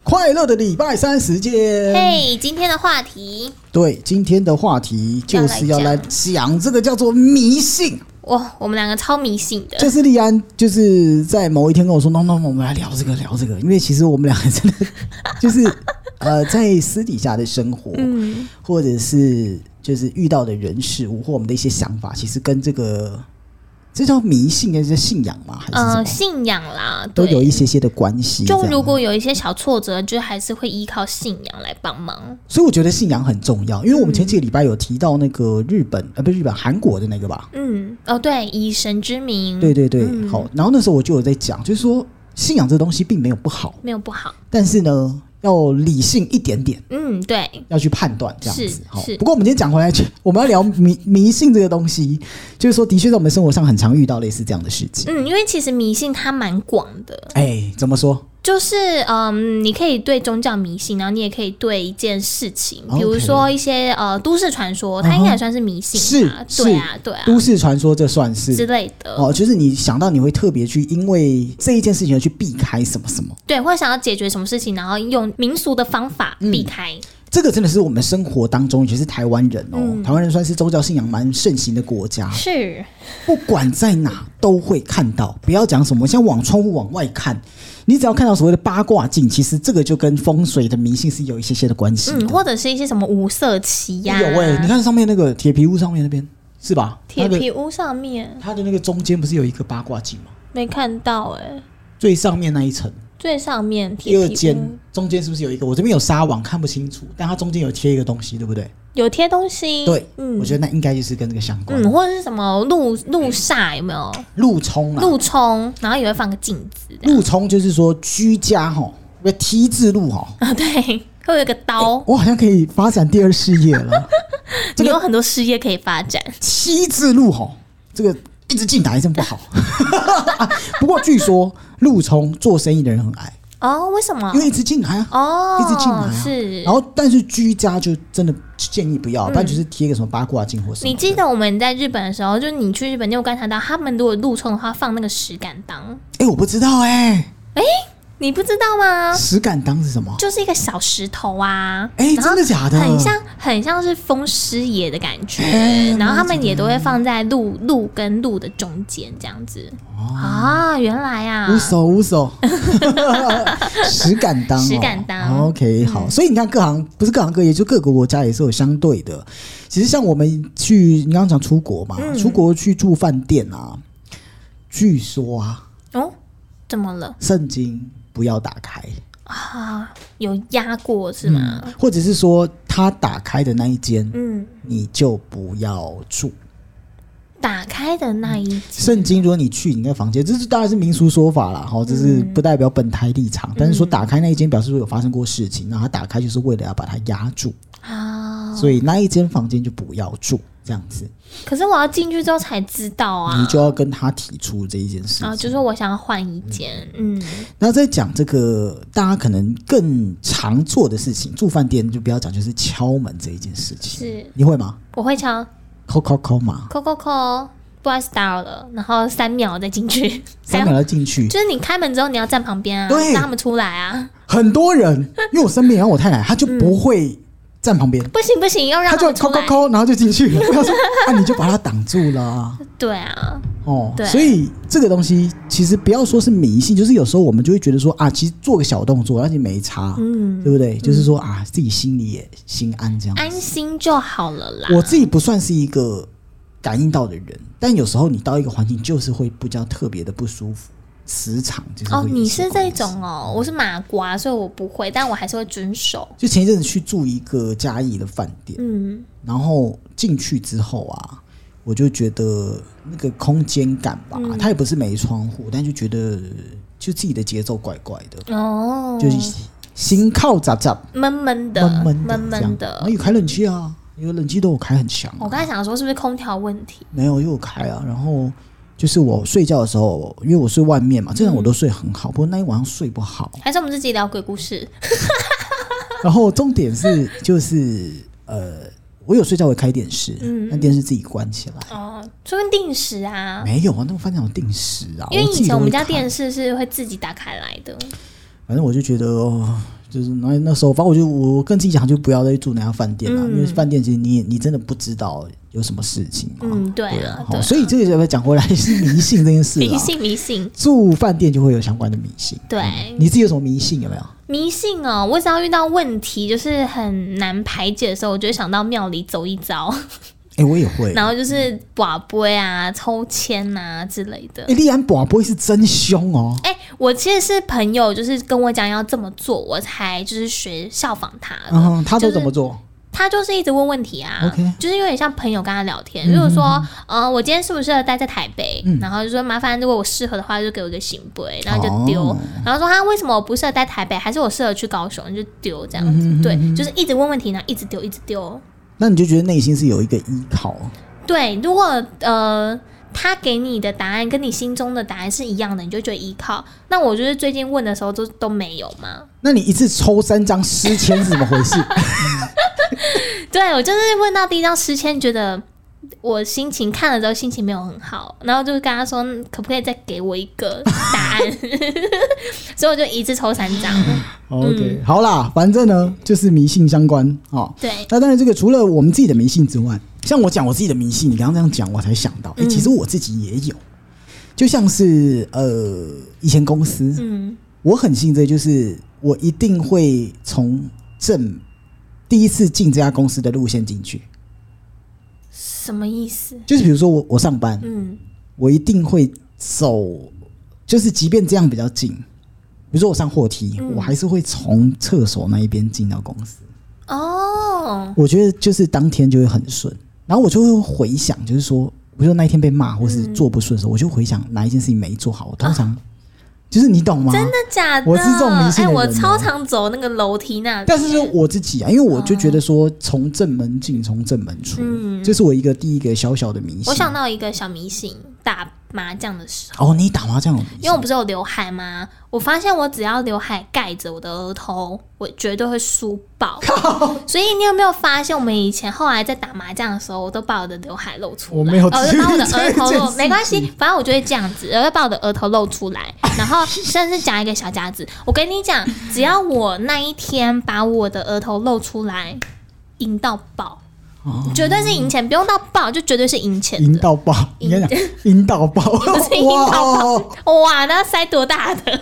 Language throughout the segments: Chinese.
快乐的礼拜三时间。 嘿，今天的话题， 对，今天的话题就是要来讲这个叫做迷信。 哇，我们两个超迷信的。 就是立安就是在某一天跟我说 ，no， 我们来聊这个，因为其实我们两个真的就是在私底下的生活，或者是就是遇到的人事物或我们的一些想法，其实跟这叫迷信还是信仰吗？还是什么？ 信仰啦， 都有一些的关系。 就如果有一些小挫折，就还是会依靠信仰来帮忙。 所以我觉得信仰很重要，因为我们前几个礼拜有提到那个韩国的那个吧？ 对，以神之名。 对，好。然后那时候我就有在讲，就是说信仰这东西并没有不好，但是呢，要理性一点点， 对， 要去判断这样子。好， 是。 不过我们今天讲回来，我们要聊迷信这个东西，就是说，的确在我们生活上很常遇到类似这样的事情。 因为其实迷信它蛮广的。 怎么说？ 就是你可以对宗教迷信，然后你也可以对一件事情，比如说一些都市传说，它应该也算是迷信吧？对啊， 都市传说这算是之类的就是你想到你会特别去因为这一件事情而去避开什么什么， 对，或者想要解决什么事情，然后用民俗的方法避开。 这个真的是我们生活当中，尤其是台湾人台湾人算是宗教信仰蛮盛行的国家， 是不管在哪都会看到。不要讲什么，像往窗户往外看，你只要看到所谓的八卦镜，其实这个就跟风水的迷信是有一些的关系的。 或者是一些什么五色旗呀， 有你看上面那个铁皮屋上面那边是吧？ 铁皮屋上面， 它的那个中间不是有一个八卦镜吗？ 没看到最上面那一层。 最上面第二间中间是不是有一个？我这边有纱网看不清楚，但它中间有贴一个东西，对不对？ 有贴东西， 对，我觉得那应该就是跟这个相关。 或者是什么路煞有没有？ 路冲， 然后也会放个镜子。 路冲就是说居家有 T 字路对，会有一个刀。我好像可以发展第二事业了。 你有很多事业可以发展。 T 字路这个一直进来真不好。不过据说路冲做生意的人很爱为什么？ 因为一直进来一直进来是。 然后但是居家就真的建议不要，不然就是贴个什么八卦镜或什么。 你记得我们在日本的时候，就是你去日本，你有观察到他们如果路冲的话，放那个石敢当。 我不知道你不知道吗？ 石敢当是什么？ 就是一个小石头啊！ 真的假的？ 很像是风师爷的感觉。然后他们也都会放在路跟路的中间这样子。原来啊， 无手石敢当OK 好。所以你看不是各行各业，就各个国家也是有相对的。其实像我们你刚刚讲出国嘛，出国去住饭店据说怎么了？ 圣经不要打开有压过是吗？ 或者是说他打开的那一间你就不要住。 打开的那一间圣经，如果你去你那个房间，这是当然是民俗说法啦，这是不代表本台立场，但是说打开那一间表示说有发生过事情，然后他打开就是为了要把它压住所以那一间房间就不要住这样子。 可是我要进去之后才知道你就要跟他提出这一件事情就说我想要换一间那在讲这个大家可能更常做的事情，住饭店就不要讲，就是敲门这一件事情。 是你会吗？ 我会敲， 扣嘛， 扣，不好意思打扰了，然后3秒再进去 ，3秒再进去， 就是你开门之后你要站旁边对， 让他们出来很多人，因为我身边，然后我太太她就不会站旁边， 不行，要让他们出来， 他就扣，然后就进去了。我说你就把它挡住了对啊， 对，所以这个东西其实不要说是迷信，就是有时候我们就会觉得说其实做个小动作，而且没差，对不对？就是说自己心里也心安，这样安心就好了啦。 我自己不算是一个感应到的人，但有时候你到一个环境，就是会比较特别的不舒服。磁场就是你是这种我是麻瓜，所以我不会，但我还是会遵守。 就前一阵子去住一个嘉义的饭店，然后进去之后我就觉得那个空间感吧，它也不是没窗户，但就觉得就自己的节奏怪怪的就是心靠杂杂闷闷的， 然后有开冷气有冷气都有开很强我刚才想说是不是空调问题？ 没有，又有开然后就是我睡觉的时候，因为我睡外面嘛，这样我都睡很好，不过那一晚上睡不好。 还是我们自己聊鬼故事？ 然后重点是就是我有睡觉会开电视，但电视自己关起来。 说跟定时没有那我饭店有定时因为以前我们家电视是会自己打开来的。 反正我就觉得就是那时候，反正我跟自己讲，就不要再住那家饭店了，因为饭店其实你真的不知道有什么事情嘛。 对啊。 所以这个讲回来是迷信这件事啦。 迷信， 住饭店就会有相关的迷信。 对， 你自己有什么迷信有没有？ 迷信哦，我只要遇到问题就是很难排解的时候，我就会想到庙里走一遭。 我也会， 然后就是拔杯啊、抽签啊之类的。 立安拔杯是真凶哦。 我其实是朋友，就是跟我讲要这么做，我才就是效仿他的。 他都怎么做？ 他就是一直问问题啊， okay. 就是有点像朋友跟他聊天。如果说，我今天适不适合待在台北？然后就说麻烦，如果我适合的话，就给我一个醒杯，然后就丢。然后说他为什么我不适合待台北，还是我适合去高雄，就丢这样子。对，就是一直问问题，然后一直丢，一直丢。 那你就觉得内心是有一个依靠。 对，如果他给你的答案跟你心中的答案是一样的，你就觉得依靠。那我就是最近问的时候都没有嘛。 那你一次抽3张诗签是怎么回事？ 对，我就是问到第一张诗签，觉得我心情看了之后心情没有很好，然后就跟他说可不可以再给我一个答案。所以我就一次抽3张。 OK，好啦，反正呢就是迷信相关。 对。 那当然这个除了我们自己的迷信之外，像我讲我自己的迷信，你刚刚这样讲我才想到，其实我自己也有。就像是以前公司，我很信这就是我一定会从第一次进这家公司的路线进去。 什么意思？ 就是比如说我上班，我一定会走，就是即便这样比较近，比如说我上货梯，我还是会从厕所那一边进到公司。我觉得就是当天就会很顺，然后我就会回想，就是说，比如说那一天被骂或是做不顺的时候，我就回想哪一件事情没做好，我通常。就是你懂吗？ 真的假的？ 我是这种迷信的人。 我超常走那个楼梯那里。 但是我自己啊，因为我就觉得说从正门进，从正门出，这是我第一个小小的迷信。 我想到一个小迷信，打麻将的时候。 你打麻将有迷信？ 因为我不是有刘海吗？我发现我只要刘海盖着我的额头，我绝对会输爆。所以你有没有发现，我们以前后来在打麻将的时候，我都把我的刘海露出来， 我没有， 我就把我的额头露，没关系，反正我就会这样子，我会把我的额头露出来，然后甚至夹一个小夹子。我跟你讲，只要我那一天把我的额头露出来，赢到爆。绝对是赢钱，不用到爆，就绝对是赢钱的。 赢到爆，你跟你讲，赢到爆， 不是赢到爆，哇，那塞多大的？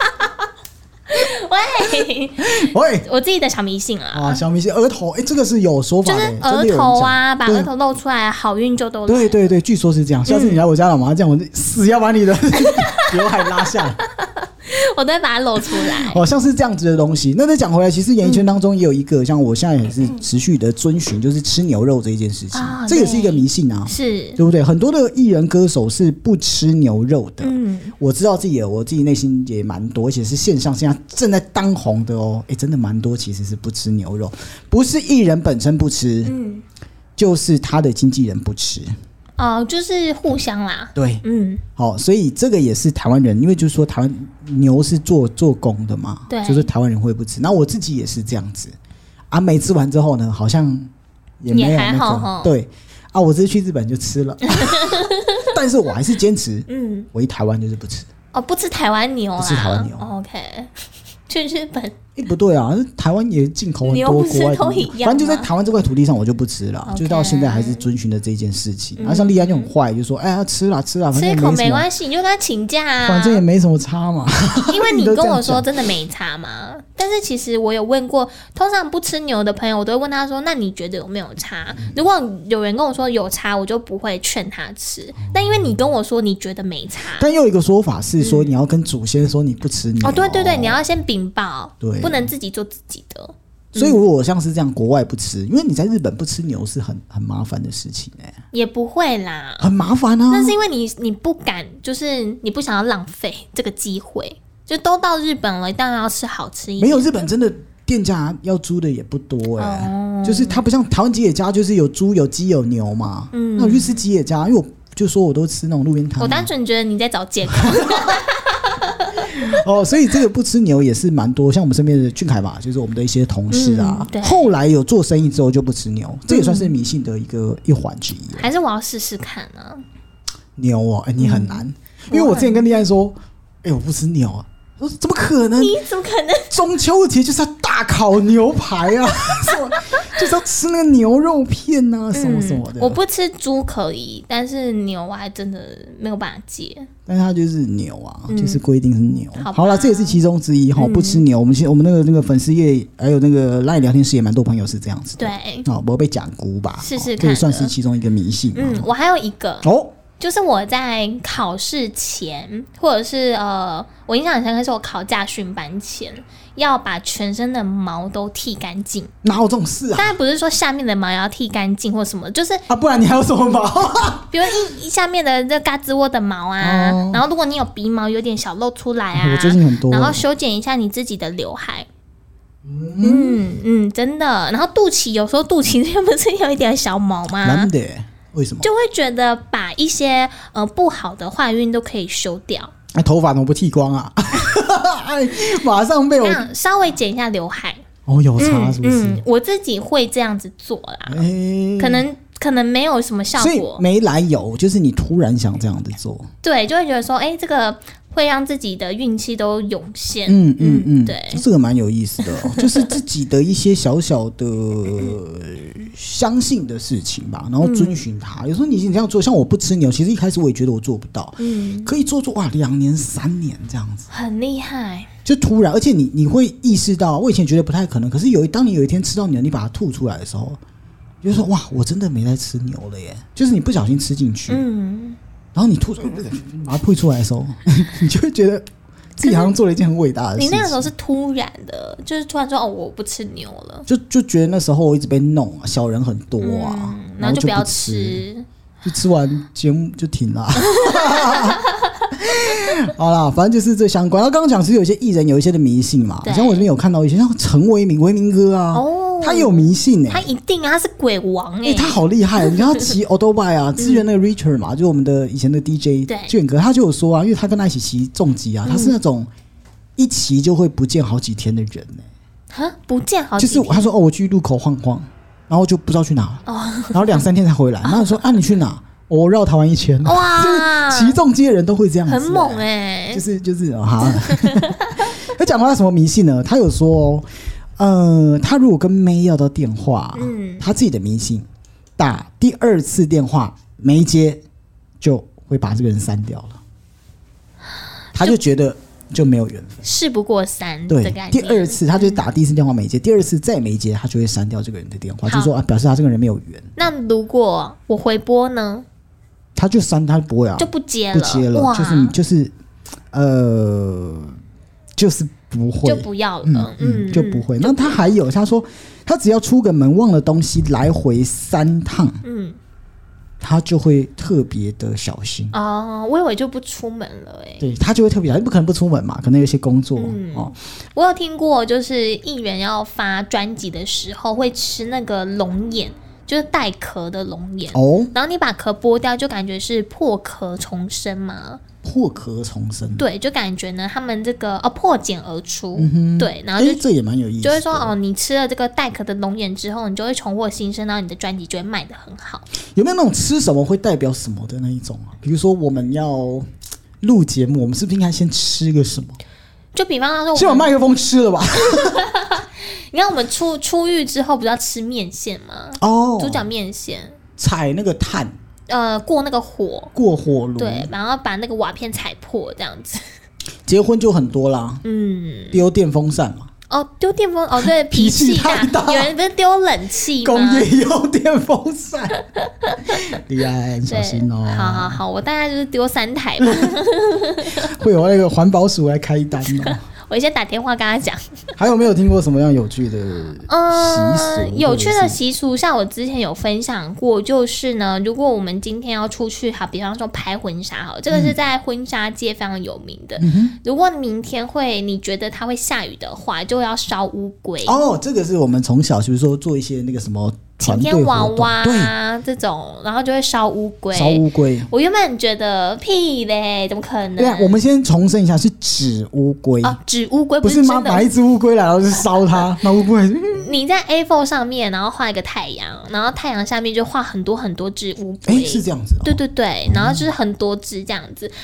喂，我自己的小迷信啊， 小迷信，额头，这个是有说法的， 就是额头啊，把额头露出来，好运就都来。 对对对，据说是这样。下次你来我家打麻将，我死要把你的刘海拉下来。 我都会把它露出来。 像是这样子的东西。那再讲回来，其实演艺圈当中也有一个，像我现在也是持续的遵循，就是吃牛肉这一件事情，这也是一个迷信啊， 是对不对？很多的艺人歌手是不吃牛肉的。我知道我自己内心也蛮多，而且是线上现在正在当红的哦。真的蛮多，其实是不吃牛肉，不是艺人本身不吃，就是他的经纪人不吃。 就是互相啦。 对，所以这个也是台湾人，因为就是说台湾牛是做工的嘛，对，就是台湾人会不吃。那我自己也是这样子啊，没吃完之后呢，好像也没有还好对啊，我这次去日本就吃了，但是我还是坚持，我一台湾就是不吃。 不吃台湾牛啦， 不吃台湾牛。 OK， 去日本。 不对啊，台湾也进口很多国外的，反正就在台湾这块土地上我就不吃了，就到现在还是遵循的这件事情。像立安就很坏，就说吃啦，反正吃一口没关系，你就跟他请假啊， 反正也没什么差嘛。 因为你跟我说真的没差嘛，但是其实我有问过，通常不吃牛的朋友，我都会问他说，那你觉得有没有差？如果有人跟我说有差，我就不会劝他吃。但因为你跟我说你觉得没差， 但又有一个说法是说，你要跟祖先说你不吃牛。 对对对，你要先禀报， 对， 不能自己做自己的。 所以如果像是这样，国外不吃，因为你在日本不吃牛是很麻烦的事情也不会啦， 很麻烦啊。 那是因为你不敢，就是你不想要浪费这个机会，就都到日本了，当然要吃好吃一点。 没有，日本真的店家要租的也不多就是它不像台湾吉野家，就是有猪有鸡有牛嘛。那我去吃吉野家，因为我就说我都吃那种路边摊。 我单纯觉得你在找借口。 所以这个不吃牛也是蛮多，像我们身边的俊凯吧，就是我们的一些同事啊，后来有做生意之后就不吃牛，这也算是迷信的一环之一。 还是我要试试看啊？ 牛你很难，因为我之前跟立安说，我不吃牛啊， 我说怎么可能？ 你怎么可能？ 中秋节就是要大烤牛排啊，什么就是要吃那个牛肉片啊，什么什么的。 我不吃猪可以，但是牛我还真的没有办法戒。 但是它就是牛啊，就是规定是牛。 好了，这也是其中之一哈，不吃牛。我们那个粉丝页还有那个 LINE 聊天室也蛮多朋友是这样子的。 对， 不会被讲菇吧？ 试试看， 这也算是其中一个迷信。 我还有一个就是我在考试前，或者是我印象很深刻，是我考驾训班前，要把全身的毛都剃干净。 哪有这种事啊？ 当然不是说下面的毛也要剃干净或什么，就是不然你还有什么毛？ 比如下面的这嘎吱窝的毛啊，然后如果你有鼻毛有点小露出来啊， 我最近很多， 然后修剪一下你自己的刘海。真的。然后肚脐有时候肚脐这边不是有一点小毛吗？ 难的。为什么？ 就会觉得把一些不好的坏运都可以修掉。 头发怎么不剃光啊？马上被我稍微剪一下刘海。 有差是不是？ 我自己会这样子做啦，可能没有什么效果， 所以没来由，就是你突然想这样子做， 对，就会觉得说，这个会让自己的运气都涌现。对， 这个蛮有意思的就是自己的一些小小的相信的事情吧，然后遵循它。有时候你这样做，像我不吃牛，其实一开始我也觉得我做不到，可以做哇，2年3年这样子， 很厉害。 就突然，而且你会意识到，我以前觉得不太可能，可是当你有一天吃到牛，你把它吐出来的时候，你就说哇，我真的没在吃牛了耶！就是你不小心吃进去，然后你吐出来，把它吐出来的时候，你就会觉得自己好像做了一件很伟大的事情。 你那个时候是突然的，就是突然说我不吃牛了， 就觉得那时候我一直被弄啊，小人很多啊， 然后就不要吃，就吃完节目就停了。好啦，反正就是这相关。然后刚刚讲是有一些艺人有一些的迷信嘛，像我这边有看到一些像陈为民哥啊，他也有迷信他一定啊，他是鬼王他好厉害。你看他骑 Autobike 啊，支援那个 Richard 嘛，就我们的以前的 DJ 卷哥，他就有说啊，因为他跟他一起骑重机啊，他是那种一骑就会不见好几天的人不见好几天， 就是他说我去路口晃晃，然后就不知道去哪然后2-3天才回来。然后你说你去哪？我绕台湾1圈，哇！骑重机的人都会这样子， 很猛就是哈。他讲到他什么迷信呢？他有说，他如果跟妹要到电话，他自己的迷信，打第2次电话没接，就会把这个人删掉了。他就觉得就没有缘分， 事不过3 对的概念。 第2次他就打第1次电话没接，第2次再没接，他就会删掉这个人的电话，就说表示他这个人没有缘。 那如果我回拨呢？ 他就删，他不会啊， 就不接了，就是不会， 就不要了， 就不会。那他还有，他说他只要出个门忘了东西，来回3趟，他就会特别的小心。 我以为就不出门了对，他就会特别小心，不可能不出门嘛，可能有些工作我有听过，就是艺人要发专辑的时候会吃那个龙眼。就是带壳的龙眼然后你把壳剥掉，就感觉是破壳重生嘛。 破壳重生， 对，就感觉呢，他们这个破茧而出，对，然后这也蛮有意思的， 就会说你吃了这个带壳的龙眼之后，你就会重获新生，然后你的专辑就会卖得很好。 有没有那种吃什么会代表什么的那一种啊？比如说我们要录节目，我们是不是应该先吃个什么？ 就比方说， 先把麦克风吃了吧。 你看我们出狱之后不是要吃面线吗？猪脚面线， 踩那个炭， 过那个火， 过火炉， 对，然后把那个瓦片踩破，这样子。 结婚就很多啦，丢电风扇嘛。 丢电风对，脾气大。有人不是丢冷气吗？ 工业用电风扇，厉害，小心哦。 好，我大概就是丢3台吧。 会有那个环保署来开单哦。 我先打电话跟他讲。 还有没有听过什么样有趣的习俗？ 有趣的习俗，像我之前有分享过，就是呢，如果我们今天要出去，比方说拍婚纱，这个是在婚纱界非常有名的。如果明天你觉得它会下雨的话，就要烧乌龟。 这个是我们从小，比如说做一些那个什么晴天娃娃这种，然后就会烧乌龟。我原本觉得屁嘞，怎么可能？ 对啊，我们先重申一下，是纸乌龟纸乌龟不是买一只乌龟来然后就烧它，那乌龟你在 A4 上面，然后画一个太阳，然后太阳下面就画很多很多只乌龟， 是这样子。 对，然后就是很多只这样子。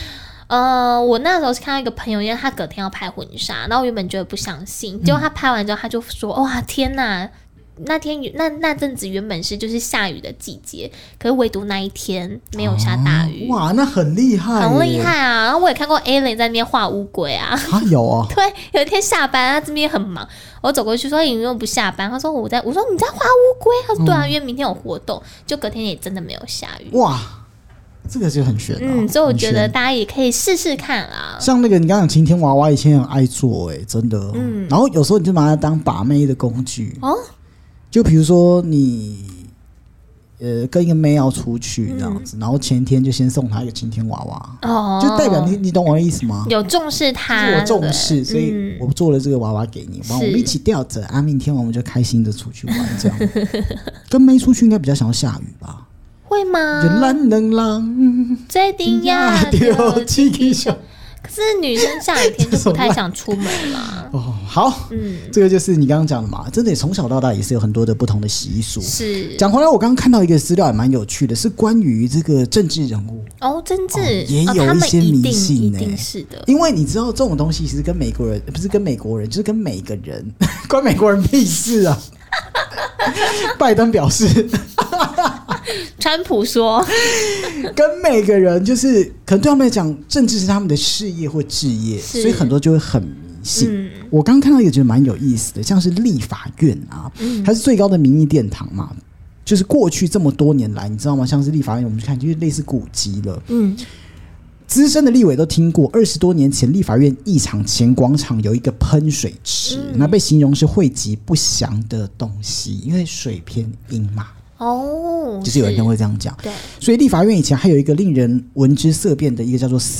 我那时候是看到一个朋友，因为他隔天要拍婚纱，然后我原本觉得不相信，结果他拍完之后他就说：“哇，天哪！那阵子原本是就是下雨的季节，可是唯独那一天没有下大雨。 哇，那很厉害， 很厉害啊！然后我也看过 Allen 在那边画乌龟啊。 有哦。 对，有一天下班，他这边很忙，我走过去说：“你为什么不下班？”他说：“我说你在画乌龟。”他说：“对啊，因为明天有活动。”就隔天也真的没有下雨。 哇，这个就很悬啊。 所以我觉得大家也可以试试看啦。 像那个你刚刚讲晴天娃娃，以前很爱做真的。然后有时候你就把它当把妹的工具哦。就比如说你跟一个妹要出去这样子，然后前一天就先送她一个晴天娃娃，就代表你懂我的意思吗？ 有重视她， 是我重视，所以我做了这个娃娃给你，然后我们一起吊着啊，明天我们就开心的出去玩这样。跟妹出去应该比较想要下雨吧？ 会吗？ 就懒人郎， 这一定要丢气气球。 可是女生下雨天就不太想出门啦。 好，这个就是你刚刚讲的嘛，真的从小到大也是有很多的不同的习俗。 是。讲回来，我刚刚看到一个资料也蛮有趣的，是关于这个政治人物政治也有一些迷信一定是的。 因为你知道这种东西其实跟美国人不是跟美国人，就是跟每个人关美国人屁事啊。拜登表示。 川普说跟每个人就是可能对他们来讲政治是他们的事业或志业，所以很多就会很迷信。我刚刚看到一个觉得蛮有意思的，像是立法院啊，它是最高的民意殿堂嘛，就是过去这么多年来你知道吗，像是立法院我们去看就是类似古迹了。资深的立委都听过20多年前立法院议场前广场有一个喷水池，那被形容是汇集不祥的东西，因为水偏阴嘛。就是有人会这样讲。对，所以立法院以前还有一个令人闻之色变的一个叫做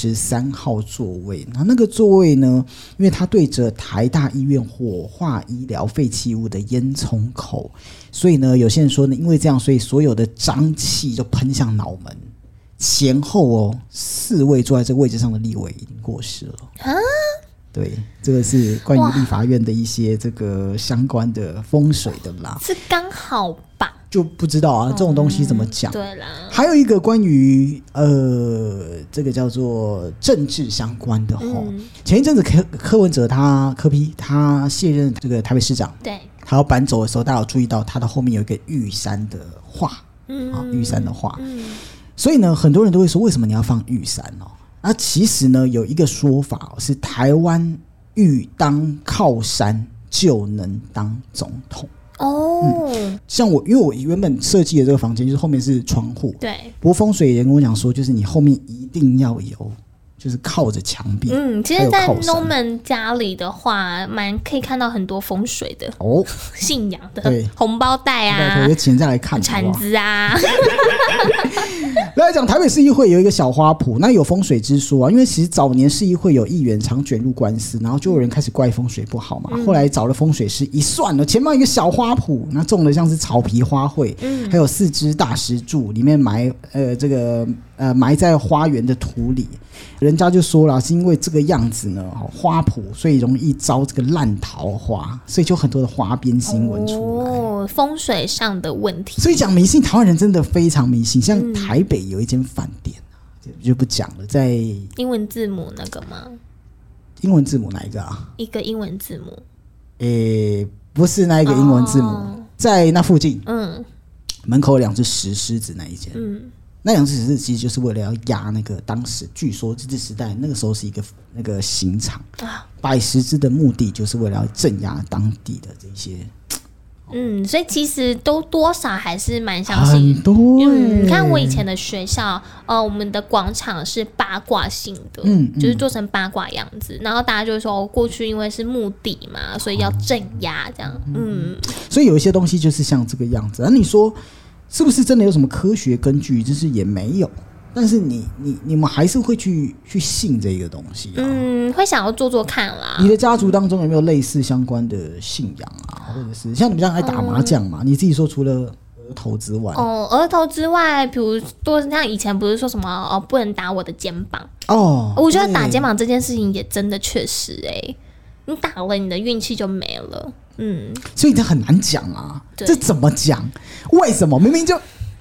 43号座位，那个座位呢，因为它对着台大医院火化医疗废弃物的烟囱口，所以呢有些人说呢，因为这样所以所有的瘴气就喷向脑门。前后4位坐在这个位置上的立委已经过世了啊。对，这个是关于立法院的一些这个相关的风水的啦。 是刚好吧？ 就不知道啊，这种东西怎么讲？ 对啦。还有一个关于这个叫做政治相关的前一阵子柯文哲柯 P 他卸任这个台北市长，对，他要搬走的时候，大家有注意到他的后面有一个玉山的画，玉山的画。所以呢，很多人都会说，为什么你要放玉山其实呢，有一个说法是台湾玉当靠山就能当总统。像因为我原本设计的这个房间就是后面是窗户，对，不过风水人跟我讲说，就是你后面一定要有就是靠着墙壁。 其实在 Norman 家里的话可以看到很多风水的信仰的红包袋啊， 有钱再来看铲子啊。 来讲台北市议会有一个小花圃，那有风水之说因为其实早年市议会有议员常卷入官司，然后就有人开始怪风水不好嘛，后来找了风水师一算了，前面一个小花圃，那种的像是草皮花卉，还有4只大石柱，里面埋在花园的土里，人家就说了，是因为这个样子呢，花圃所以容易招这个烂桃花，所以就很多的花边新闻出来， 风水上的问题。 所以讲迷信，台湾人真的非常迷信，像台北有一间饭店就不讲了，在英文字母那个吗？ 英文字母哪一个啊？ 一个英文字母， 不是那一个英文字母，在那附近，门口有2只石狮子那一间，那2只石狮子其实就是为了要压那个当时据说日治时代那个时候是一个那个刑场，摆石狮的目的就是为了要镇压当地的这些。 所以其实都多少还是蛮相信。 很多你看我以前的学校，我们的广场是八卦性的，就是做成八卦样子，然后大家就会说，过去因为是墓地嘛，所以要镇压这样。 所以有一些东西就是像这个样子。那你说是不是真的有什么科学根据？就是也没有。但是你们还是会去信这个东西会想要做做看啦。 你的家族当中有没有类似相关的信仰啊？或者是像你们这样爱打麻将嘛？你自己说除了额头之外， 额头之外，比如多像以前不是说什么不能打我的肩膀我觉得打肩膀这件事情也真的确实你打了你的运气就没了。 所以这很难讲啊，这怎么讲？为什么明明就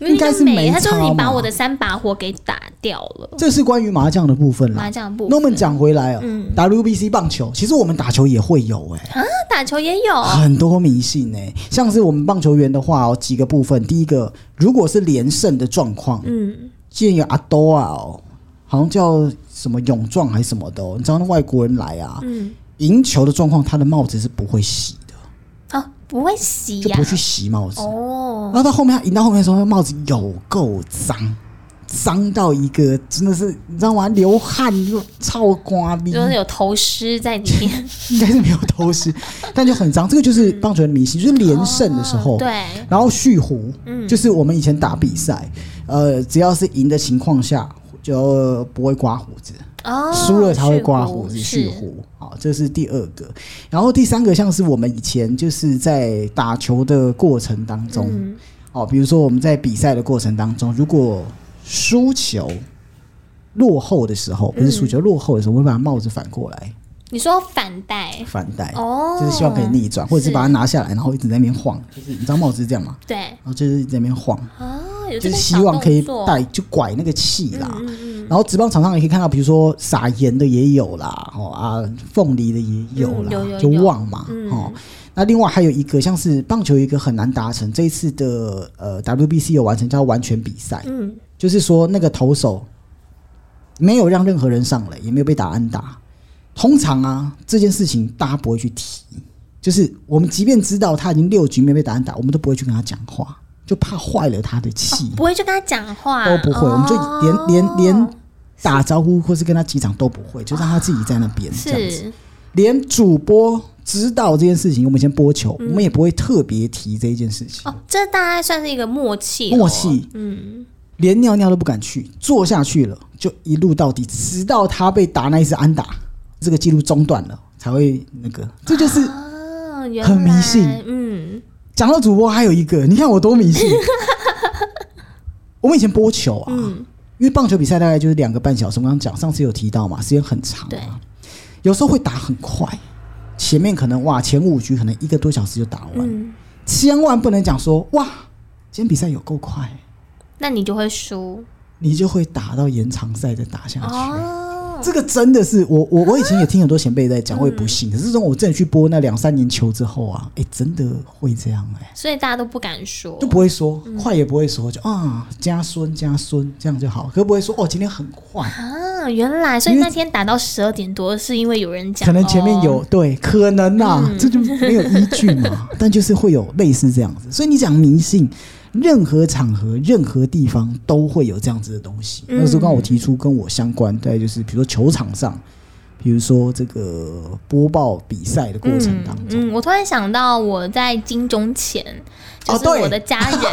应该是没差嘛， 他就是你把我的3把火给打掉了。 这是关于麻将的部分啦。 麻将的部分。 那我们讲回来WBC 棒球，其实我们打球也会有打球也有很多迷信像是我们棒球员的话几个部分。第一个，如果是连胜的状况，之前有阿多啊好像叫什么勇壮还是什么的你知道那外国人来啊，赢球的状况，他的帽子是不会洗的不会洗就不会去洗帽子然后到后面他赢到后面的时候，帽子有够脏到一个真的是你知道吗？流汗就超刮鼻， 就是有头虱在里面应该是没有头虱但就很脏。这个就是棒球人的迷信，就是连胜的时候对， 然后蓄胡就是我们以前打比赛只要是赢的情况下就不会刮胡子输了才会刮胡子蓄胡好，这是第二个。然后第三个，像是我们以前就是在打球的过程当中比如说我们在比赛的过程当中，如果输球落后的时候，不是输球落后的时候，我会把帽子反过来。 你说反戴就是希望可以逆转，或者是把它拿下来，然后一直在那边晃，就是你知道帽子是这样吗？ 对， 然后就是在那边晃就是希望可以带就拐那个气啦然后职棒场上也可以看到，比如说撒盐的也有啦凤梨的也有啦就旺嘛那另外还有一个像是棒球有一个很难达成，这一次的WBC 有完成叫完全比赛就是说那个投手没有让任何人上垒，也没有被打安打。通常这件事情大家不会去提，就是我们即便知道他已经6局没被打安打，我们都不会去跟他讲话，就怕坏了他的气不会去跟他讲话都不会我们就连打招呼或是跟他击掌都不会，就让他自己在那边这样子。连主播知道这件事情，我们以前播球我们也不会特别提这一件事情这大概算是一个默契连尿尿都不敢去，坐下去了就一路到底，直到他被打那一次安打，这个记录中断了才会那个，这就是很迷信讲到主播还有一个，你看我多迷信我们以前播球因为棒球比赛大概就是2个半小时，我刚刚讲上次有提到嘛，时间很长有时候会打很快，前面可能前5局可能1个多小时就打完千万不能讲说今天比赛有够快， 那你就会输， 你就会打到延长赛再打下去这个真的是我以前也听很多前辈在讲我也不信，可是我真的去播那2-3年球之后真的会这样所以大家都不敢说， 都不会说快也不会说，就加孙这样就好，可不会说今天很快原来所以那天打到12点多是因为有人讲可能前面有对可能这就没有依据嘛但就是会有类似这样子，所以你讲迷信任何场合任何地方都会有这样子的东西那时候刚好我提出跟我相关，大概就是比如说球场上，比如说这个播报比赛的过程当中我突然想到我在金钟前就是我的家人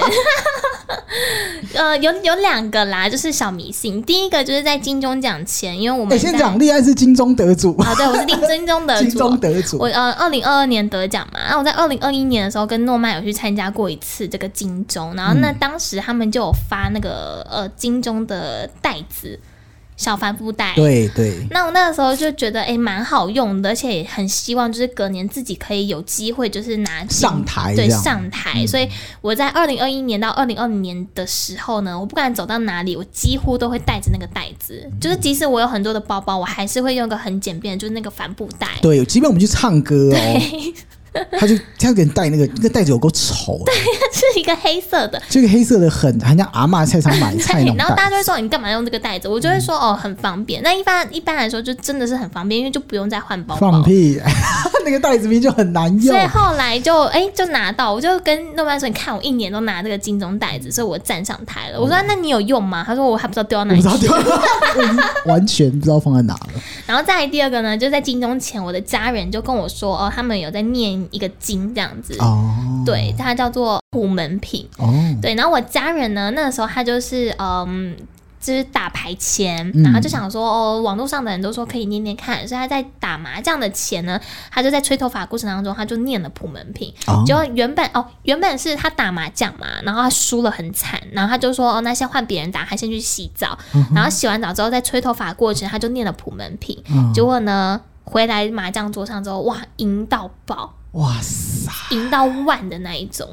有2个啦，就是小迷信。第一个就是在金钟奖前，因为我们先讲立案是金钟得主对，我是金钟得主金钟得主。 我2022年得奖嘛，然后我在2021年的时候跟诺曼有去参加过一次这个金钟，然后那当时他们就有发那个金钟的袋子。小帆布袋， 对， 那我那个时候就觉得蛮好用的，而且也很希望就是隔年自己可以有机会就是拿上台， 对，上台所以我在2021年到2020年的时候呢，我不管走到哪里我几乎都会带着那个袋子就是即使我有很多的包包，我还是会用一个很简便的就是那个帆布袋， 对，即便我们去唱歌他就给你带那个袋子有够丑对，是一个黑色的， 这个黑色的很像阿嬷菜场买菜那种袋子然后大家就会说你干嘛用这个袋子，我就会说很方便。那一般来说就真的是很方便，因为就不用再换包包。 放屁那个袋子明明就很难用， 所以后来就拿到，我就跟诺曼说你看我1年都拿这个金钟袋子，所以我站上台了。我说那你有用吗？他说我还不知道丢到哪里去， 完全不知道放在哪了。 然后再来第二个呢，就在金钟前我的家人就跟我说他们有在念一个经这样子对，它叫做普门品对，然后我家人呢那个时候他就是就是打牌前然后就想说网络上的人都说可以念念看，所以他在打麻将的前呢，他就在吹头发过程当中他就念了普门品就原本是他打麻将嘛，然后他输了很惨，然后他就说那先换别人打，他先去洗澡然后洗完澡之后在吹头发过程他就念了普门品结果呢回来麻将桌上之后赢到爆，赢到万的那一种，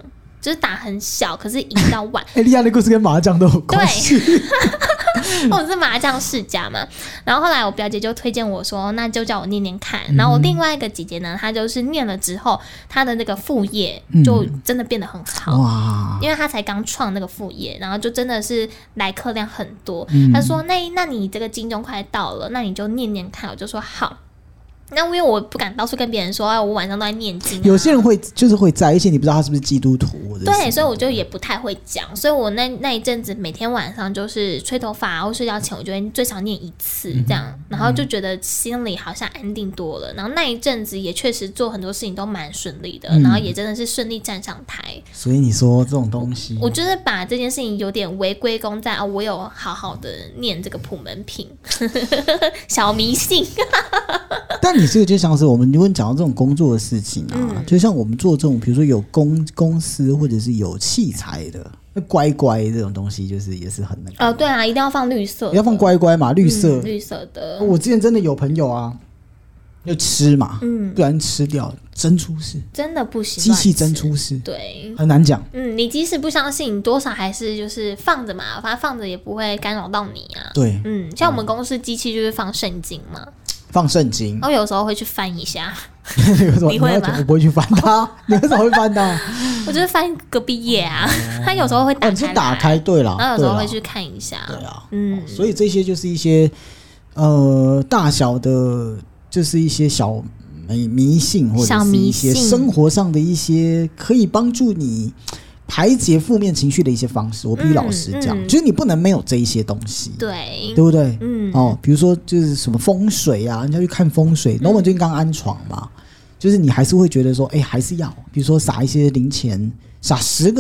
就是打很小，可是赢到碗。 利亚的故事跟麻将都有关系。 我是麻将世家嘛，然后后来我表姐就推荐我说，那就叫我念念看。然后我另外一个姐姐呢，她就是念了之后，她的那个副业就真的变得很好，哇！因为她才刚创那个副业，然后就真的是来客量很多。她说，那你这个金钟快到了，那你就念念看。我就说好。那因为我不敢到处跟别人说，我晚上都在念经、 有些人会在，而且你不知道他是不是基督徒， 对，所以我就也不太会讲。所以我那一阵子每天晚上就是吹头发或睡觉前，我就会最少念1次这样，然后就觉得心里好像安定多了。然后那一阵子也确实做很多事情都蛮顺利的，然后也真的是顺利站上台。 所以你说这种东西， 我就是把这件事情有点违归功在我有好好的念这个普门品，小迷信。 但你这个就像是我们如果讲到这种工作的事情啊，就像我们做这种比如说有公司或者是有器材的那乖乖这种东西，就是也是很那个对啊，一定要放绿色的， 要放乖乖嘛，绿色的。 我之前真的有朋友啊，要吃嘛，不然吃掉真出事， 真的不行， 机器真出事， 对， 很难讲。 你即使不相信，你多少还是就是放着嘛，反正放着也不会干扰到你啊。 对， 像我们公司机器就是放圣经嘛。 放圣经， 我有时候会去翻一下。 你会吗？我不会去翻它。你为什么会翻它？ 我就是翻隔壁页啊。他有时候会打开， 你是打开，对啦， 然后有时候会去看一下。 对啊，所以这些就是一些大小的，就是一些小迷信，或者是一些生活上的一些可以帮助你排解负面情绪的一些方式。我必须老实讲，就是你不能没有这一些东西， 对不对？比如说就是什么风水啊，人家去看风水，那我们最近刚安床嘛，就是你还是会觉得说，还是要，比如说撒一些零钱，撒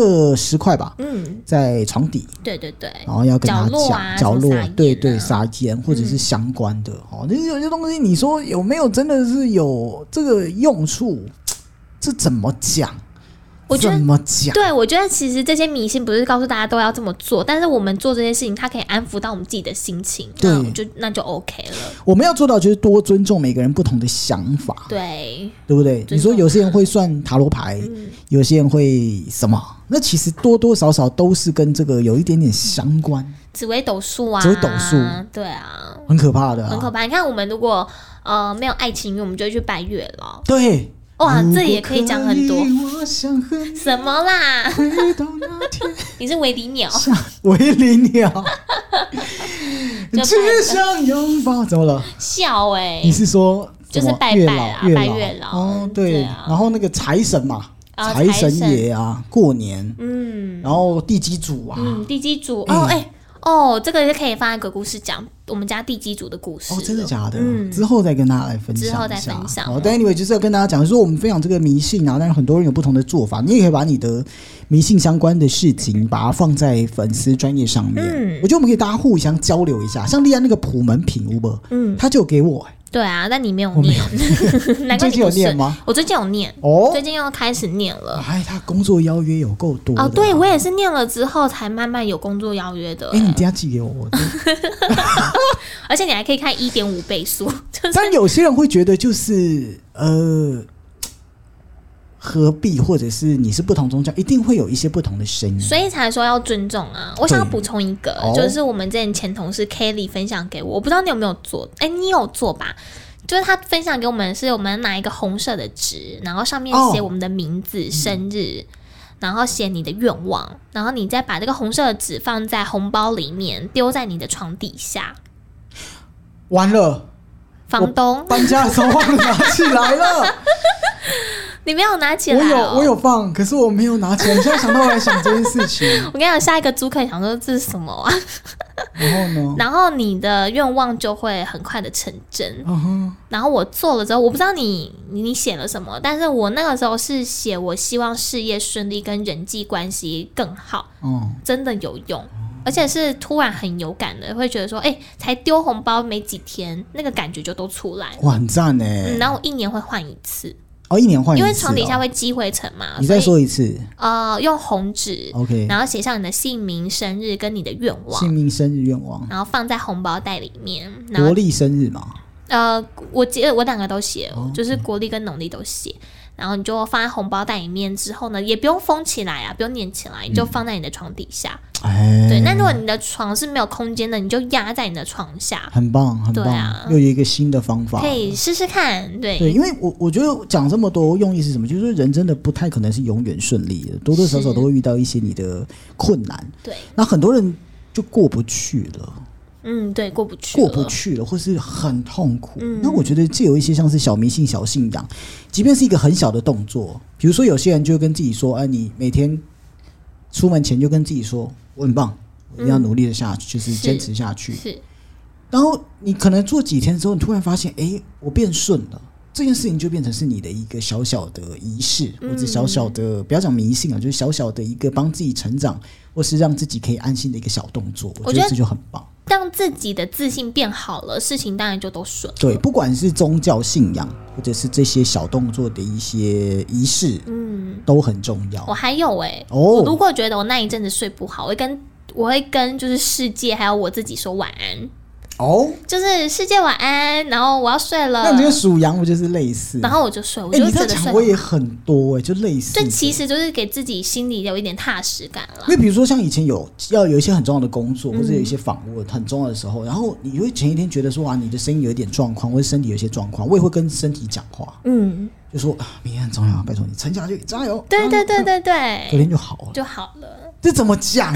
10块吧，在床底， 对， 然后要跟他讲角落，对，撒盐或者是相关的，那有些东西你说有没有真的是有这个用处？这怎么讲？ 我觉得怎么讲？ 对，我觉得其实这些迷信不是告诉大家都要这么做，但是我们做这些事情，它可以安抚到我们自己的心情，那就 OK 了。 我们要做到就是多尊重每个人不同的想法， 对不对？你说有些人会算塔罗牌，有些人会什么？那其实多多少少都是跟这个有一点点相关。 紫微斗数啊，对啊， 很可怕的， 很可怕。你看，我们如果没有爱情运，我们就会去拜月老。 对。 哇，这也可以讲很多。什么啦？你是维里鸟？ 维里鸟，只想拥抱。怎么了？ 笑你是说就是拜月老？ 对。然后那个财神嘛，财神爷啊，过年，然后地基主啊， 地基主这个就可以放在鬼故事讲我们家地基主的故事。 真的假的？之后再跟大家来分享。 之后再分享。 但 anyway 就是要跟大家讲说，我们分享这个迷信啊，但是很多人有不同的做法，你也可以把你的迷信相关的事情，把它放在粉丝专页上面。我觉得我们可以大家互相交流一下，像立安那个普门品Uber，他就有给我。 对啊，但你没有念。 你最近有念吗？ 我最近有念，最近又开始念了。 他工作邀约有够多的。 对，我也是念了之后才慢慢有工作邀约的。 你等一下寄给我。 而且你还可以看1.5倍速。 但有些人会觉得就是何必，或者是你是不同宗教，一定会有一些不同的声音， 所以才说要尊重啊。我想要补充一个，就是我们之前前同事 Kelly 分享给我，我不知道你有没有做，你有做吧？就是他分享给我们，是我们拿一个红色的纸，然后上面写我们的名字、生日，然后写你的愿望，然后你再把这个红色的纸放在红包里面，丢在你的床底下。 完了， 房东搬家的时候忘了拿起来了。 你没有拿起来我有放，可是我没有拿起来。你现在想到我来想这件事情。 我跟你讲，下一个租客想说这是什么啊？ 然后呢？ 然后你的愿望就会很快的成真。然后我做了之后，我不知道你写了什么，但是我那个时候是写我希望事业顺利跟人际关系更好。真的有用。而且是突然很有感的，会觉得说，才丢红包没几天，那个感觉就都出来了。 哇，很赞耶！ 然后我1年会换一次。 1年换一次， 因为床底下会积灰尘嘛。 你再说一次。 用红纸 ，OK， 然后写上你的姓名、生日跟你的愿望。 姓名、生日、愿望， 然后放在红包袋里面。 国历生日嘛。 我2个都写，就是国历跟农历都写。 然后你就放在红包袋里面之后呢，也不用封起来啊，不用粘起来，你就放在你的床底下。对，那如果你的床是没有空间的，你就压在你的床下。 很棒很棒，对啊，又有一个新的方法， 可以试试看。对， 因为我觉得讲这么多用意是什么？就是说人真的不太可能是永远顺利的，多多少少都会遇到一些你的困难。 对， 那很多人就过不去了。 对，过不去了，或是很痛苦。那我觉得这有一些像是小迷信、小信仰，即便是一个很小的动作，比如说有些人就跟自己说：“你每天出门前就跟自己说，我很棒，我一定要努力的下去，就是坚持下去。” 是。 然后你可能做几天之后，你突然发现，我变顺了。这件事情就变成是你的一个小小的仪式，或者小小的不要讲迷信啊，就是小小的一个帮自己成长，或是让自己可以安心的一个小动作。我觉得这就很棒。 让自己的自信变好了，事情当然就都顺了。 对，不管是宗教信仰，或者是这些小动作的一些仪式，都很重要。 我还有我如果觉得我那一阵子睡不好，我会跟就是世界还有我自己说晚安。就是世界晚安，然后我要睡了。 那你跟属羊不就是类似？ 然后我就睡，我就你这讲我也很多就类似。 就其实就是给自己心里有一点踏实感了。 因为比如说像以前要有一些很重要的工作，或者有一些访问很重要的时候，然后你会前一天觉得说你的声音有一点状况，或者身体有一些状况，我也会跟身体讲话，就说明天很重要，拜托你撑下去，加油。 对， 隔天就好了，这怎么讲？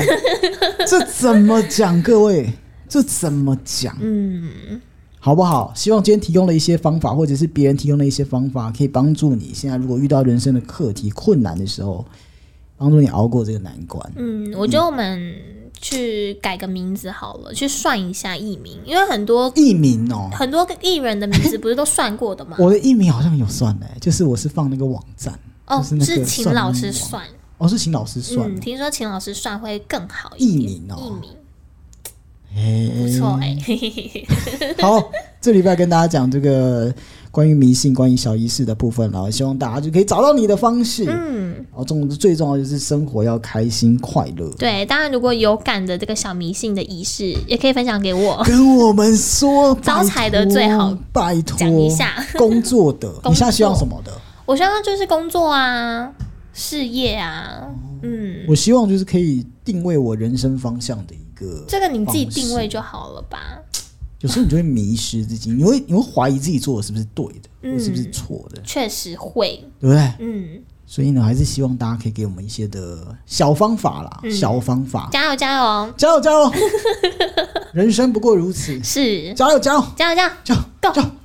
各位？这怎么讲？好不好？希望今天提供了一些方法，或者是别人提供的一些方法，可以帮助你现在如果遇到人生的课题困难的时候，帮助你熬过这个难关。 我觉得我们去改个名字好了，去算一下艺名，因为很多艺名很多艺人的名字不是都算过的吗？ 我的艺名好像有算就是我是放那个网站，就是那个是请老师算。 是请老师算。 听说请老师算会更好一点。艺名。不错好，这礼拜跟大家讲这个关于迷信、关于小仪式的部分了，希望大家就可以找到你的方式。然后最重要的就是生活要开心快乐。对， 当然如果有感的这个小迷信的仪式，也可以分享给我， 跟我们说。 招财的最好， 拜托讲一下。 工作的，你现在希望什么的？ 我希望就是工作啊，事业啊。 我希望就是可以定位我人生方向的这个你自己定位就好了吧。 有时候你就会迷失自己，你会怀疑自己做的是不是对的，或是不是错的。 确实会， 对不对？所以呢，还是希望大家可以给我们一些的小方法啦，小方法。 加油加油加油加油！人生不过如此， 是。 加油加油加油加油 ，Go！